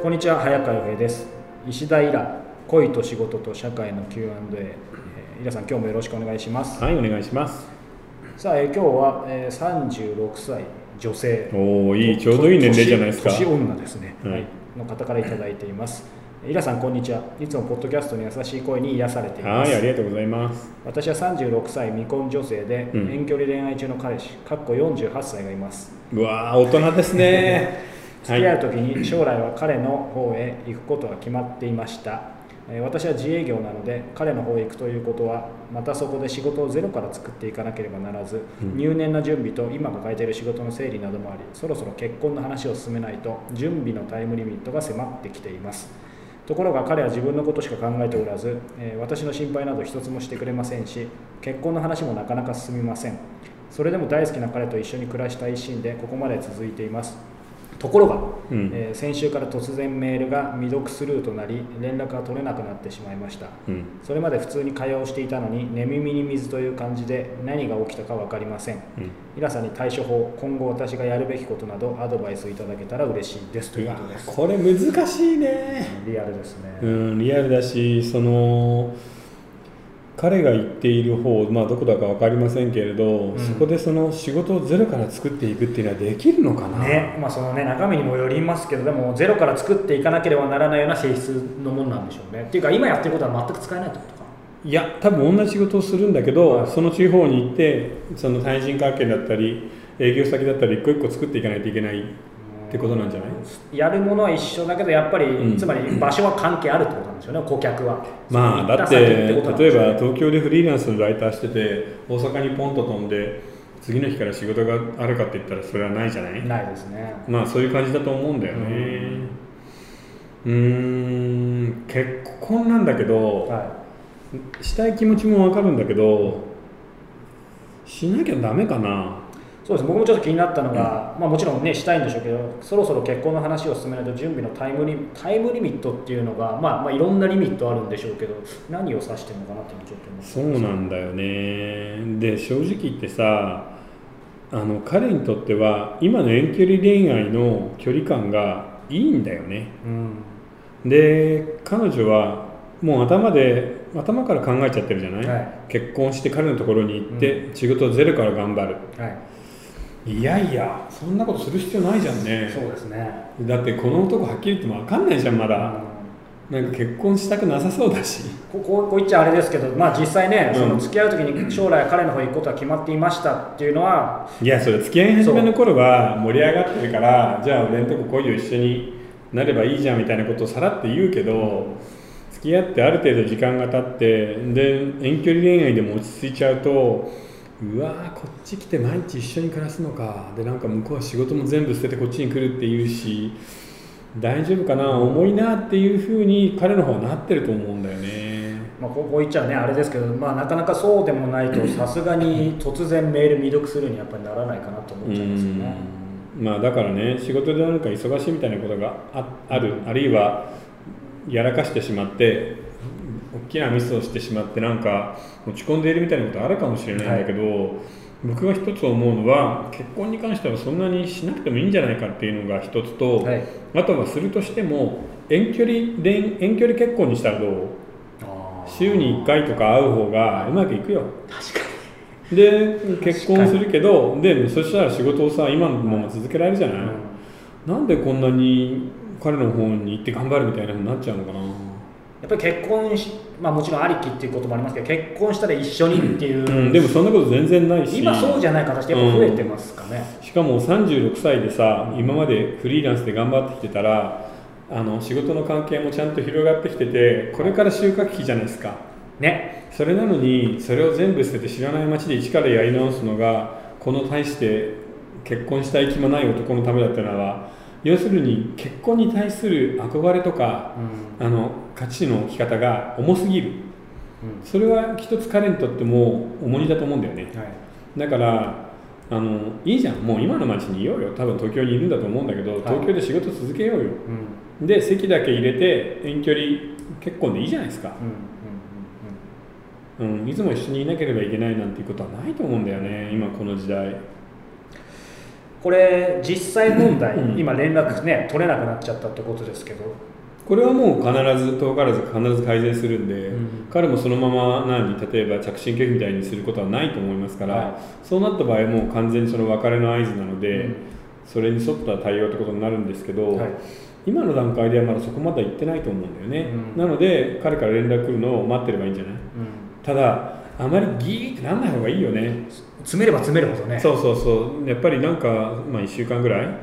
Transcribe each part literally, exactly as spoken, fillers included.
こんにちは、早川洋平です。石田イラ、恋と仕事と社会の キューアンドエー、えー、イラさん、今日もよろしくお願いします。 はい、お願いします。 さあ、えー、今日は、えー、さんじゅうろくさい女性、 おー、いい、ちょうどいい年齢じゃないですか。 年女ですね、 はいはい、の方からいただいています。イラさん、こんにちは。いつもポッドキャストの優しい声に癒されています。 はい、ありがとうございます。 私はさんじゅうろくさい未婚女性で、うん、遠距離恋愛中の彼氏、かっこよんじゅうはっさいがいます。 うわー、大人ですね。 付き合う時に将来は彼の方へ行くことが決まっていました。私は自営業なので彼の方へ行くということはまたそこで仕事をゼロから作っていかなければならず、うん、入念な準備と今抱えている仕事の整理などもあり、そろそろ結婚の話を進めないと準備のタイムリミットが迫ってきています。ところが彼は自分のことしか考えておらず、私の心配など一つもしてくれませんし、結婚の話もなかなか進みません。それでも大好きな彼と一緒に暮らしたい一心でここまで続いています。ところが、うんえー、先週から突然メールが未読スルーとなり連絡が取れなくなってしまいました、うん、それまで普通に会話をしていたのに寝耳に水という感じで何が起きたか分かりません、うん、イラさんに対処法、今後私がやるべきことなどアドバイスいただけたら嬉しいですということです。 これ難しいね。 リアルですね。 うん、リアルだし、その彼が言っている方、まあ、どこだか分かりませんけれど、うん、そこでその仕事をゼロから作っていくっていうのはできるのかな、 ねまあそのね、中身にもよりますけど、でもゼロから作っていかなければならないような性質のものなんでしょうね。っていうか今やってることは全く使えないってことか。 いや多分同じ仕事をするんだけど、はい、その地方に行ってその対人関係だったり営業先だったり一個一個作っていかないといけないってことなんじゃない？ やるものは一緒だけどやっぱり、うん、つまり場所は関係あるってことなんですよね、顧客は。 まあだって例えば東京でフリーランスのライターしてて大阪にポンと飛んで次の日から仕事があるかって言ったらそれはないじゃない？ ないですね。 まあそういう感じだと思うんだよね。うーん結婚なんだけど、はい、したい気持ちも分かるんだけどしなきゃダメかな。 そうです。僕もちょっと気になったのが、うんまあ、もちろんねしたいんでしょうけど、そろそろ結婚の話を進めないと準備のタイムリタイムリミットっていうのが、まあ、まあいろんなリミットあるんでしょうけど、何を指してるのかなっていうのはちょっと思ってます。 そうなんだよね。で正直言ってさ、あの彼にとっては今の遠距離恋愛の距離感がいいんだよね、うん、で彼女はもう頭で頭から考えちゃってるじゃない、はい、結婚して彼のところに行って、うん、仕事をゼロから頑張る、はいいやいやそんなことする必要ないじゃんね。 そうですね。 だってこの男はっきり言っても分かんないじゃんまだ、うん、なんか結婚したくなさそうだしこここう言っちゃあれですけど、まあ実際ね、うん、その付き合う時に将来彼の方に行くことは決まっていましたっていうのは、 いやそれ付き合い始めの頃は盛り上がってるからじゃあ俺のとこ来いよ一緒になればいいじゃんみたいなことをさらって言うけど、うん、付き合ってある程度時間が経ってで遠距離恋愛でも落ち着いちゃうとうわーこっち来て毎日一緒に暮らすのかでなんか向こうは仕事も全部捨ててこっちに来るって言うし大丈夫かな重いなっていうふうに彼の方はなってると思うんだよね。 まあこう言っちゃねあれですけど、まあ、なかなかそうでもないとさすがに突然メール未読するにやっぱりならないかなと思っちゃいますよね。 まあだからね仕事でなんか忙しいみたいなことが あ, あるあるいはやらかしてしまって大きなミスをしてしまってなんか落ち込んでいるみたいなことあるかもしれないんだけど、はい、僕が一つ思うのは結婚に関してはそんなにしなくてもいいんじゃないかっていうのが一つと、はい、あとはするとしても遠距離遠距離結婚にしたらどう？週にいっかいとか会う方がうまくいくよ。 確かにで結婚するけどでそしたら仕事をさ今のまま続けられるじゃない、うん、なんでこんなに彼の方に行って頑張るみたいな風になっちゃうのかな。 やっぱり結婚し、まあ、もちろんありきっていうこともありますけど結婚したら一緒にっていう、 うんうん、でもそんなこと全然ないし今そうじゃない形でやっぱ増えてますかね、 うん、しかもさんじゅうろくさいでさ今までフリーランスで頑張ってきてたらあの仕事の関係もちゃんと広がってきててこれから収穫期じゃないですかね。 それなのにそれを全部捨てて知らない街で一からやり直すのがこの大して結婚したい気もない男のためだったのは要するに結婚に対する憧れとか、うん、あの価値の置き方が重すぎる、うん、それは一つ彼にとっても重荷だと思うんだよね、はい、だからあのいいじゃんもう今の街にいようよ多分東京にいるんだと思うんだけど、はい、東京で仕事続けようよ、うん、で籍だけ入れて遠距離結婚でいいじゃないですか、うんうんうんうん、いつも一緒にいなければいけないなんていうことはないと思うんだよね今この時代。 ここれ実際問題、 うん、 今連絡ね取れなくなっちゃったってことですけど、 これはもう必ず遠からず必ず改善するんで、うん、彼もそのまま何例えば着信拒否みたいにすることはないと思いますから、はい、そうなった場合はもう完全にその別れの合図なので、うん、それに沿った対応ってことになるんですけど、はい、今の段階ではまだそこまでは行ってないと思うんだよね、うん、なので彼から連絡来るのを待ってればいいんじゃない、うん、ただあまりギーってなんない方がいいよね。 詰めれば詰めるほどね。 そうそうそう、やっぱりなんか、まあ、いっしゅうかんぐらい、はい、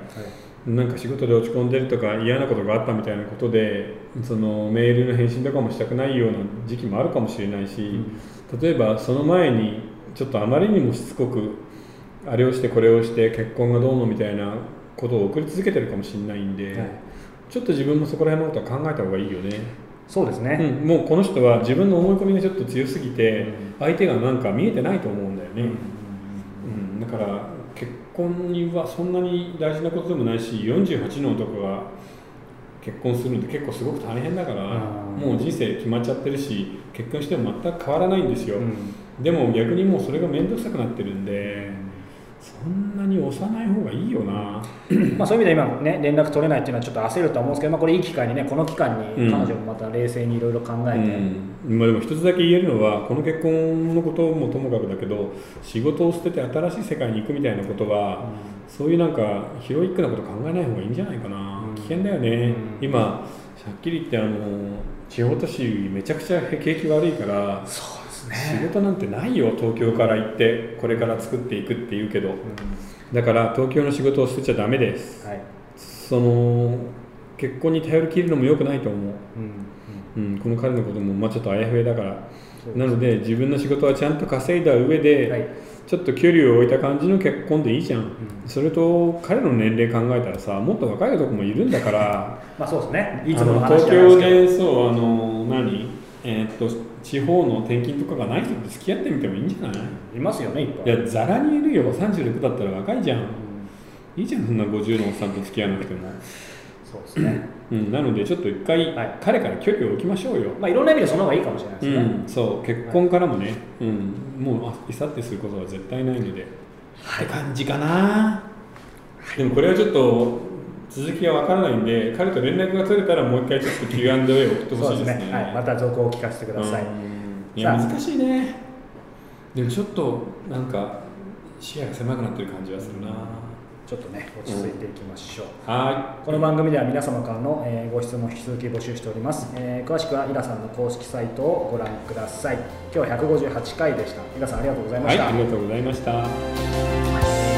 なんか仕事で落ち込んでるとか嫌なことがあったみたいなことでそのメールの返信とかもしたくないような時期もあるかもしれないし、うん、例えばその前にちょっとあまりにもしつこくあれをしてこれをして結婚がどうのみたいなことを送り続けてるかもしれないんで、はい、ちょっと自分もそこら辺のことは考えた方がいいよね。 そうですね、 うん、もうこの人は自分の思い込みがちょっと強すぎて相手がなんか見えてないと思うんだよね、うんうん、だから結婚にはそんなに大事なことでもないしよんじゅうはちの男が結婚するのって結構すごく大変だから、もう人生決まっちゃってるし結婚しても全く変わらないんですよ、うん、でも逆にもうそれが面倒くさくなってるんでそんなに押さない方がいいよなまあそういう意味で今ね連絡取れないっていうのはちょっと焦るとは思うんですけど、まあ、これいい機会にねこの期間に彼女もまた冷静にいろいろ考えて、 うんうん、まあ、でも一つだけ言えるのはこの結婚のこともともかくだけど仕事を捨てて新しい世界に行くみたいなことは、うん、そういうなんかヒロイックなこと考えない方がいいんじゃないかな、うん、危険だよね、うん、今はっきり言ってあの地方都市めちゃくちゃ景気悪いからそう仕事なんてないよ東京から行ってこれから作っていくって言うけど、うん、だから東京の仕事を捨てちゃダメです、はい、その結婚に頼り切るのも良くないと思う、うんうん、この彼のこともまあちょっとあやふやだからなので自分の仕事はちゃんと稼いだ上で、はい、ちょっと距離を置いた感じの結婚でいいじゃん、うん、それと彼の年齢考えたらさもっと若い男もいるんだからまあそうですねいつもの話じゃないですけど東京でそうあの何えー、っと地方の転勤とかがない人と付き合ってみてもいいんじゃない？ いますよねいっぱい。 いやザラにいるよさんじゅうろくだったら若いじゃん、うん、いいじゃんそんなごじゅうのおっさんと付き合わなくてもそうですね、 うん、なのでちょっと一回、はい、彼から距離を置きましょうよ。 まあいろんな意味でその方がいいかもしれないですね、 うん、そう結婚からもね、はい、うん、もういさってすることは絶対ないので、はい、って感じかな、はい、でもこれはちょっと続きは分からないんで彼と連絡が取れたらもう一回ちょっと キューアンドエー を送ってほしいですね。そうですね、はい、 また続報を聞かせてください。 いや難しいね。でもちょっとなんか視野が狭くなってる感じはするな。 ちょっとね落ち着いていきましょう、 うん、はい。 この番組では皆様からの、えー、ご質問引き続き募集しております、えー、詳しくはイラさんの公式サイトをご覧ください。今日はひゃくごじゅうはちかいでした。イラさんありがとうございました。 はい、ありがとうございました。